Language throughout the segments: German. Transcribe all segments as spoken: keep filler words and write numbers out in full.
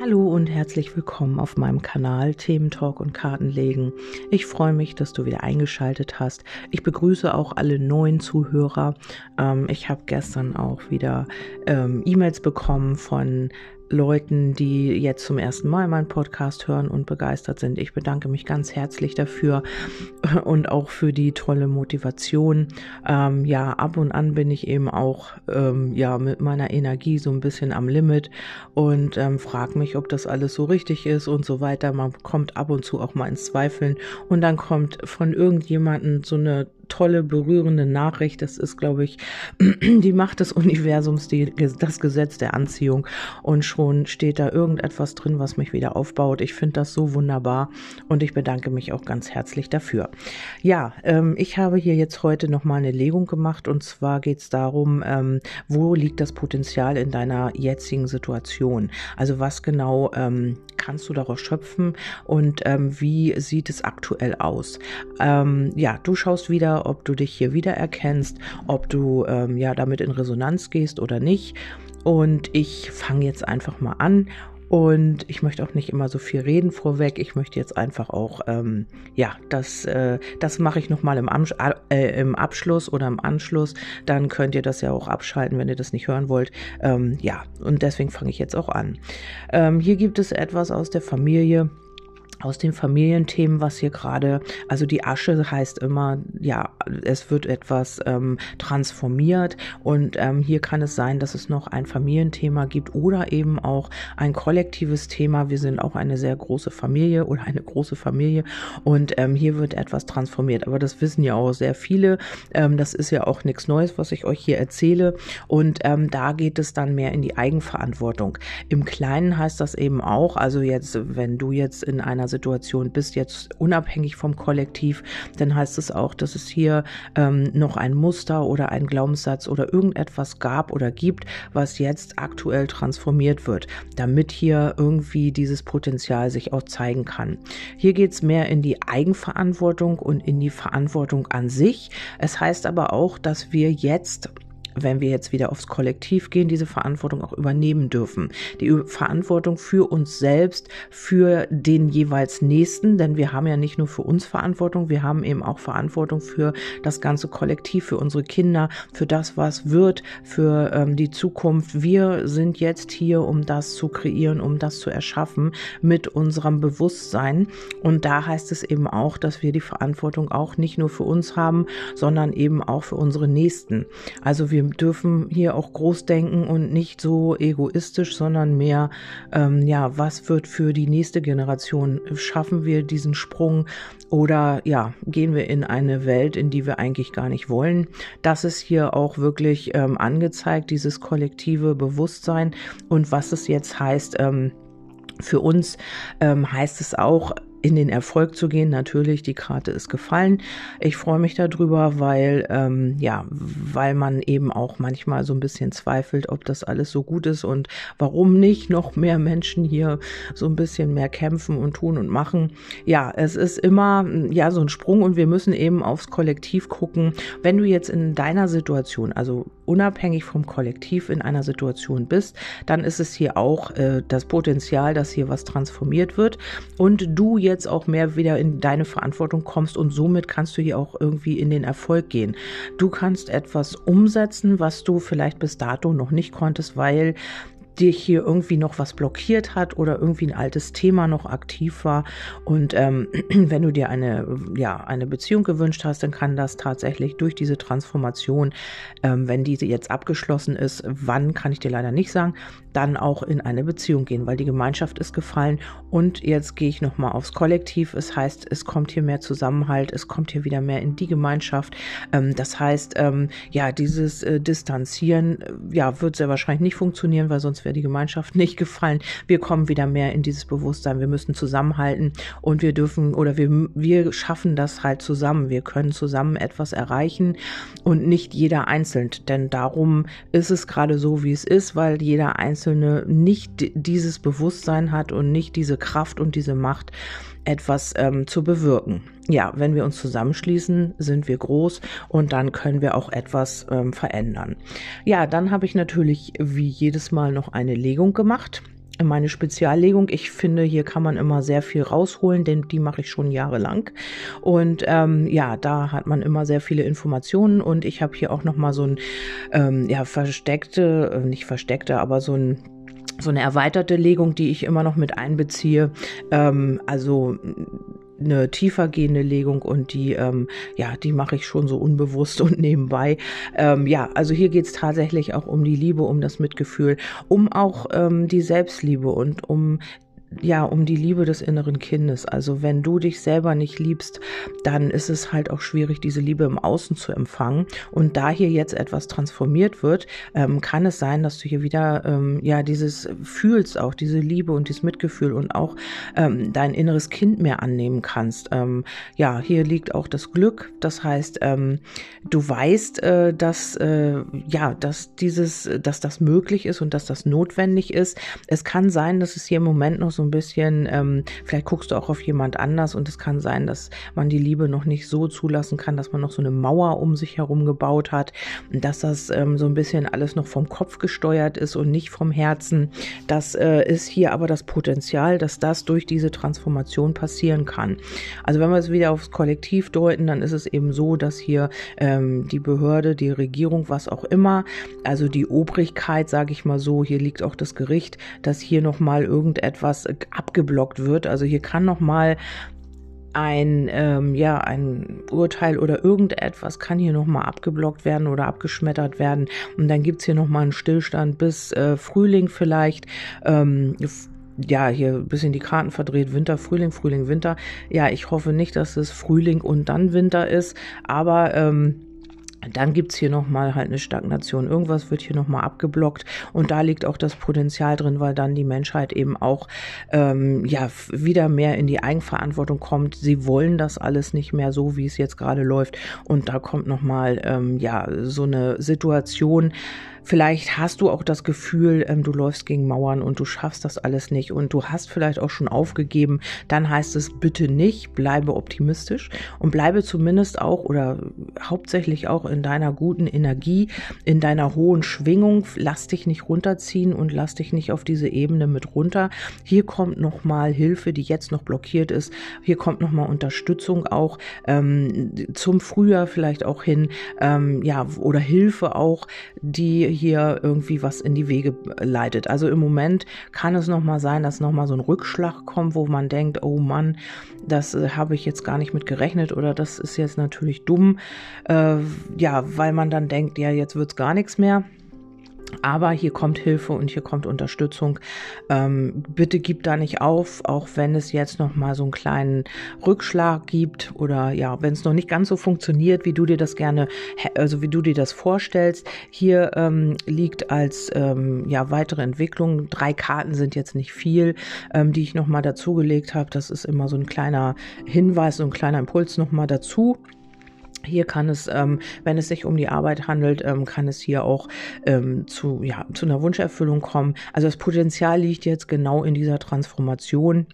Hallo und herzlich willkommen auf meinem Kanal Thementalk und Kartenlegen. Ich freue mich, dass du wieder eingeschaltet hast. Ich begrüße auch alle neuen Zuhörer. Ähm, ich habe gestern auch wieder ähm, E-Mails bekommen von Leuten, die jetzt zum ersten Mal meinen Podcast hören und begeistert sind. Ich bedanke mich ganz herzlich dafür und auch für die tolle Motivation. Ähm, ja, ab und an bin ich eben auch ähm, ja mit meiner Energie so ein bisschen am Limit und ähm, frage mich, ob das alles so richtig ist und so weiter. Man kommt ab und zu auch mal ins Zweifeln und dann kommt von irgendjemandem so eine tolle, berührende Nachricht. Das ist, glaube ich, die Macht des Universums, die, das Gesetz der Anziehung. Und schon steht da irgendetwas drin, was mich wieder aufbaut. Ich finde das so wunderbar und ich bedanke mich auch ganz herzlich dafür. Ja, ähm, ich habe hier jetzt heute nochmal eine Legung gemacht und zwar geht es darum, ähm, wo liegt das Potenzial in deiner jetzigen Situation? Also was genau ähm, kannst du daraus schöpfen und ähm, wie sieht es aktuell aus? Ähm, ja, du schaust wieder, ob du dich hier wiedererkennst, ob du ähm, ja damit in Resonanz gehst oder nicht. Und ich fange jetzt einfach mal an. Und ich möchte auch nicht immer so viel reden vorweg. Ich möchte jetzt einfach auch, ähm, ja, das, äh, das mache ich nochmal im, Am- äh, im Abschluss oder im Anschluss. Dann könnt ihr das ja auch abschalten, wenn ihr das nicht hören wollt. Ähm, ja, und deswegen fange ich jetzt auch an. Ähm, hier gibt es etwas aus der Familie. Aus den Familienthemen, was hier gerade, also die Asche heißt immer, ja, es wird etwas ähm, transformiert und ähm, hier kann es sein, dass es noch ein Familienthema gibt oder eben auch ein kollektives Thema. Wir sind auch eine sehr große Familie oder eine große Familie und ähm, hier wird etwas transformiert, aber das wissen ja auch sehr viele. Ähm, das ist ja auch nichts Neues, was ich euch hier erzähle und ähm, da geht es dann mehr in die Eigenverantwortung. Im Kleinen heißt das eben auch, also jetzt, wenn du jetzt in einer Situation bist, jetzt unabhängig vom Kollektiv, dann heißt es auch, dass es hier ähm, noch ein Muster oder ein Glaubenssatz oder irgendetwas gab oder gibt, was jetzt aktuell transformiert wird, damit hier irgendwie dieses Potenzial sich auch zeigen kann. Hier geht es mehr in die Eigenverantwortung und in die Verantwortung an sich. Es heißt aber auch, dass wir jetzt, wenn wir jetzt wieder aufs Kollektiv gehen, diese Verantwortung auch übernehmen dürfen. Die Verantwortung für uns selbst, für den jeweils Nächsten, denn wir haben ja nicht nur für uns Verantwortung, wir haben eben auch Verantwortung für das ganze Kollektiv, für unsere Kinder, für das, was wird, für ähm, die Zukunft. Wir sind jetzt hier, um das zu kreieren, um das zu erschaffen mit unserem Bewusstsein. Und da heißt es eben auch, dass wir die Verantwortung auch nicht nur für uns haben, sondern eben auch für unsere Nächsten. Also wir Wir dürfen hier auch groß denken und nicht so egoistisch, sondern mehr, ähm, ja, was wird für die nächste Generation? Schaffen wir diesen Sprung oder ja, gehen wir in eine Welt, in die wir eigentlich gar nicht wollen? Das ist hier auch wirklich ähm, angezeigt, dieses kollektive Bewusstsein und was es jetzt heißt, ähm, für uns ähm, heißt es auch, in den Erfolg zu gehen. Natürlich, die Karte ist gefallen. Ich freue mich darüber, weil ähm, ja, weil man eben auch manchmal so ein bisschen zweifelt, ob das alles so gut ist und warum nicht noch mehr Menschen hier so ein bisschen mehr kämpfen und tun und machen. Ja, es ist immer ja so ein Sprung und wir müssen eben aufs Kollektiv gucken. Wenn du jetzt in deiner Situation, also unabhängig vom Kollektiv in einer Situation bist, dann ist es hier auch äh, das Potenzial, dass hier was transformiert wird und du jetzt jetzt auch mehr wieder in deine Verantwortung kommst und somit kannst du hier auch irgendwie in den Erfolg gehen. Du kannst etwas umsetzen, was du vielleicht bis dato noch nicht konntest, weil dich hier irgendwie noch was blockiert hat oder irgendwie ein altes Thema noch aktiv war. Und ähm, wenn du dir eine, ja, eine Beziehung gewünscht hast, dann kann das tatsächlich durch diese Transformation, ähm, wenn diese jetzt abgeschlossen ist, wann, kann ich dir leider nicht sagen, dann auch in eine Beziehung gehen, weil die Gemeinschaft ist gefallen. Und jetzt gehe ich nochmal aufs Kollektiv. Es heißt, es kommt hier mehr Zusammenhalt, es kommt hier wieder mehr in die Gemeinschaft. Ähm, das heißt, ähm, ja, dieses äh, Distanzieren, äh, ja, wird sehr wahrscheinlich nicht funktionieren, weil sonst wäre die Gemeinschaft nicht gefallen. Wir kommen wieder mehr in dieses Bewusstsein. Wir müssen zusammenhalten und wir dürfen oder wir, wir schaffen das halt zusammen. Wir können zusammen etwas erreichen und nicht jeder einzeln. Denn darum ist es gerade so, wie es ist, weil jeder Einzelne nicht dieses Bewusstsein hat und nicht diese Kraft und diese Macht, etwas ähm, zu bewirken. Ja, wenn wir uns zusammenschließen, sind wir groß und dann können wir auch etwas ähm, verändern. Ja, dann habe ich natürlich wie jedes Mal noch eine Legung gemacht. meine Speziallegung. Ich finde, hier kann man immer sehr viel rausholen, denn die mache ich schon jahrelang. Und ähm, ja, da hat man immer sehr viele Informationen und ich habe hier auch nochmal so ein, ähm, ja, versteckte, äh, nicht versteckte, aber so ein so eine erweiterte Legung, die ich immer noch mit einbeziehe. Ähm, also eine tiefergehende Legung und die, ähm, ja, die mache ich schon so unbewusst und nebenbei. Ähm, ja, also hier geht es tatsächlich auch um die Liebe, um das Mitgefühl, um auch ähm, die Selbstliebe und um ja, um die Liebe des inneren Kindes. Also wenn du dich selber nicht liebst, dann ist es halt auch schwierig, diese Liebe im Außen zu empfangen. Und da hier jetzt etwas transformiert wird, ähm, kann es sein, dass du hier wieder ähm, ja dieses fühlst, auch diese Liebe und dieses Mitgefühl und auch ähm, dein inneres Kind mehr annehmen kannst. Ähm, ja, hier liegt auch das Glück. Das heißt, ähm, du weißt, äh, dass äh, ja, dass dieses, dass das möglich ist und dass das notwendig ist. Es kann sein, dass es hier im Moment noch so ein bisschen, ähm, vielleicht guckst du auch auf jemand anders und es kann sein, dass man die Liebe noch nicht so zulassen kann, dass man noch so eine Mauer um sich herum gebaut hat, dass das ähm, so ein bisschen alles noch vom Kopf gesteuert ist und nicht vom Herzen. Das äh, ist hier aber das Potenzial, dass das durch diese Transformation passieren kann. Also wenn wir es wieder aufs Kollektiv deuten, dann ist es eben so, dass hier ähm, die Behörde, die Regierung, was auch immer, also die Obrigkeit, sage ich mal so, hier liegt auch das Gericht, dass hier nochmal irgendetwas abgeblockt wird. Also hier kann noch mal ein ähm, ja ein Urteil oder irgendetwas kann hier noch mal abgeblockt werden oder abgeschmettert werden und dann gibt's hier noch mal einen Stillstand bis äh, Frühling vielleicht. Ähm, ja, hier ein bisschen die Karten verdreht, Winter, Frühling, Frühling, Winter. Ja, ich hoffe nicht, dass es Frühling und dann Winter ist, aber ähm, dann gibt's hier nochmal halt eine Stagnation. Irgendwas wird hier nochmal abgeblockt und da liegt auch das Potenzial drin, weil dann die Menschheit eben auch ähm, ja wieder mehr in die Eigenverantwortung kommt. Sie wollen das alles nicht mehr so, wie es jetzt gerade läuft und da kommt nochmal ähm, ja so eine Situation. Vielleicht hast du auch das Gefühl, ähm, du läufst gegen Mauern und du schaffst das alles nicht und du hast vielleicht auch schon aufgegeben. Dann heißt es bitte nicht, bleibe optimistisch und bleibe zumindest auch oder hauptsächlich auch in deiner guten Energie, in deiner hohen Schwingung. Lass dich nicht runterziehen und lass dich nicht auf diese Ebene mit runter. Hier kommt nochmal Hilfe, die jetzt noch blockiert ist. Hier kommt nochmal Unterstützung auch ähm, zum Frühjahr vielleicht auch hin, ähm, ja, oder Hilfe auch, die hier irgendwie was in die Wege leitet. Also im Moment kann es nochmal sein, dass nochmal so ein Rückschlag kommt, wo man denkt, oh Mann, das äh, habe ich jetzt gar nicht mit gerechnet oder das ist jetzt natürlich dumm. Äh, ja, weil man dann denkt, ja, jetzt wird's gar nichts mehr. Aber hier kommt Hilfe und hier kommt Unterstützung. Ähm, bitte gib da nicht auf, auch wenn es jetzt noch mal so einen kleinen Rückschlag gibt oder ja, wenn es noch nicht ganz so funktioniert, wie du dir das gerne, also wie du dir das vorstellst. Hier ähm, liegt als ähm, ja weitere Entwicklung. Drei Karten sind jetzt nicht viel, ähm, die ich noch mal dazugelegt habe. Das ist immer so ein kleiner Hinweis, so ein kleiner Impuls noch mal dazu. Hier kann es, ähm, wenn es sich um die Arbeit handelt, ähm, kann es hier auch ähm, zu, ja, zu einer Wunscherfüllung kommen. Also das Potenzial liegt jetzt genau in dieser Transformation.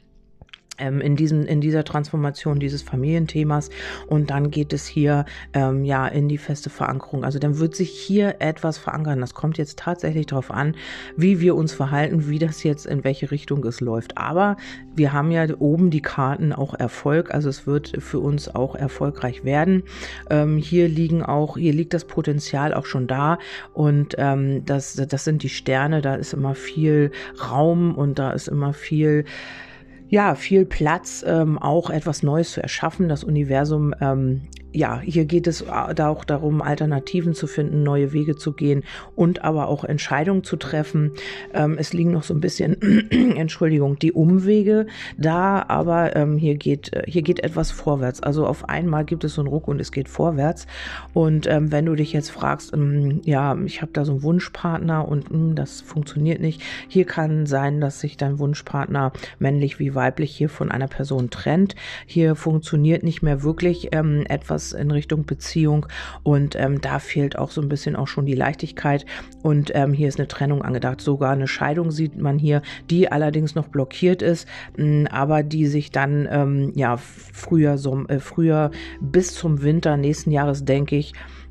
In diesem, in dieser Transformation dieses Familienthemas und dann geht es hier ähm, ja in die feste Verankerung. Also dann wird sich hier etwas verankern. Das kommt jetzt tatsächlich darauf an, wie wir uns verhalten, wie das jetzt in welche Richtung es läuft. Aber wir haben ja oben die Karten auch Erfolg. Also es wird für uns auch erfolgreich werden. Ähm, hier liegen auch, hier liegt das Potenzial auch schon da und ähm, das, das sind die Sterne. Da ist immer viel Raum und da ist immer viel Ja, viel Platz, ähm, auch etwas Neues zu erschaffen. Das Universum, ähm, ja, hier geht es da auch darum, Alternativen zu finden, neue Wege zu gehen und aber auch Entscheidungen zu treffen. Ähm, es liegen noch so ein bisschen, Entschuldigung, die Umwege da, aber ähm, hier geht hier geht etwas vorwärts. Also auf einmal gibt es so einen Ruck und es geht vorwärts. Und ähm, wenn du dich jetzt fragst, ähm, ja, ich habe da so einen Wunschpartner und ähm, das funktioniert nicht, hier kann sein, dass sich dein Wunschpartner männlich wie weiblich hier von einer Person trennt. Hier funktioniert nicht mehr wirklich ähm, etwas in Richtung Beziehung und ähm, da fehlt auch so ein bisschen auch schon die Leichtigkeit und ähm, hier ist eine Trennung angedacht. Sogar eine Scheidung sieht man hier, die allerdings noch blockiert ist, mh, aber die sich dann ähm, ja früher, so, äh, früher bis zum Winter nächsten Jahres, denke ich,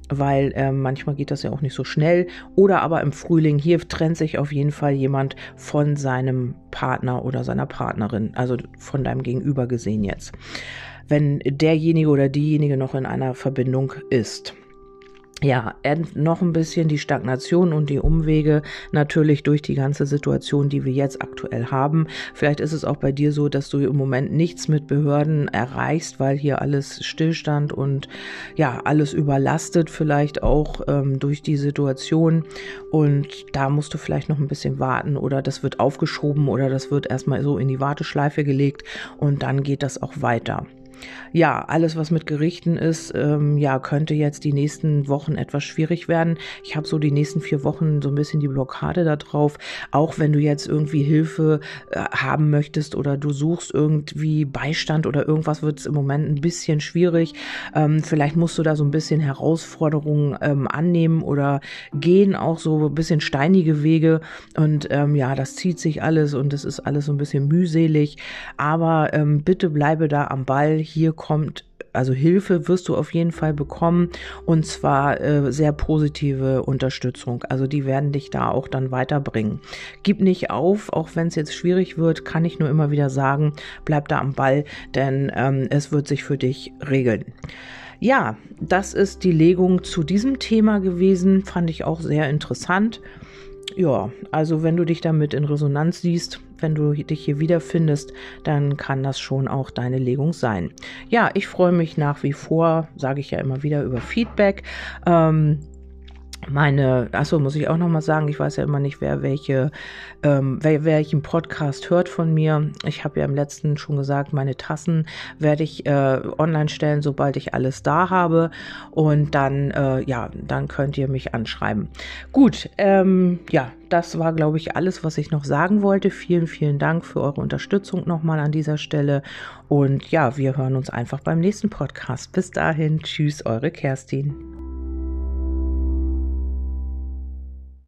weil äh, manchmal geht das ja auch nicht so schnell. Oder aber im Frühling, hier trennt sich auf jeden Fall jemand von seinem Partner oder seiner Partnerin, also von deinem Gegenüber gesehen jetzt, wenn derjenige oder diejenige noch in einer Verbindung ist. Ja, noch ein bisschen die Stagnation und die Umwege natürlich durch die ganze Situation, die wir jetzt aktuell haben. Vielleicht ist es auch bei dir so, dass du im Moment nichts mit Behörden erreichst, weil hier alles stillstand und ja, alles überlastet vielleicht auch ähm, durch die Situation. Und da musst du vielleicht noch ein bisschen warten oder das wird aufgeschoben oder das wird erstmal so in die Warteschleife gelegt und dann geht das auch weiter. Ja, alles, was mit Gerichten ist, ähm, ja, könnte jetzt die nächsten Wochen etwas schwierig werden. Ich habe so die nächsten vier Wochen so ein bisschen die Blockade da drauf. Auch wenn du jetzt irgendwie Hilfe äh, haben möchtest oder du suchst irgendwie Beistand oder irgendwas, wird es im Moment ein bisschen schwierig. Ähm, vielleicht musst du da so ein bisschen Herausforderungen ähm, annehmen oder gehen auch so ein bisschen steinige Wege. Und ähm, ja, das zieht sich alles und es ist alles so ein bisschen mühselig. Aber ähm, bitte bleibe da am Ball. Hier kommt, also Hilfe wirst du auf jeden Fall bekommen und zwar äh, sehr positive Unterstützung. Also die werden dich da auch dann weiterbringen. Gib nicht auf, auch wenn es jetzt schwierig wird, kann ich nur immer wieder sagen, bleib da am Ball, denn ähm, es wird sich für dich regeln. Ja, das ist die Legung zu diesem Thema gewesen, fand ich auch sehr interessant. Ja, also wenn du dich damit in Resonanz siehst, wenn du dich hier wiederfindest, dann kann das schon auch deine Legung sein. Ja, ich freue mich nach wie vor, sage ich ja immer wieder, über Feedback. Ähm, Meine, achso, muss ich auch nochmal sagen, ich weiß ja immer nicht, wer welche, ähm, wer welchen Podcast hört von mir. Ich habe ja im letzten schon gesagt, meine Tassen werde ich äh, online stellen, sobald ich alles da habe. Und dann, äh, ja, dann könnt ihr mich anschreiben. Gut, ähm, ja, das war, glaube ich, alles, was ich noch sagen wollte. Vielen, vielen Dank für eure Unterstützung nochmal an dieser Stelle. Und ja, wir hören uns einfach beim nächsten Podcast. Bis dahin, tschüss, eure Kerstin.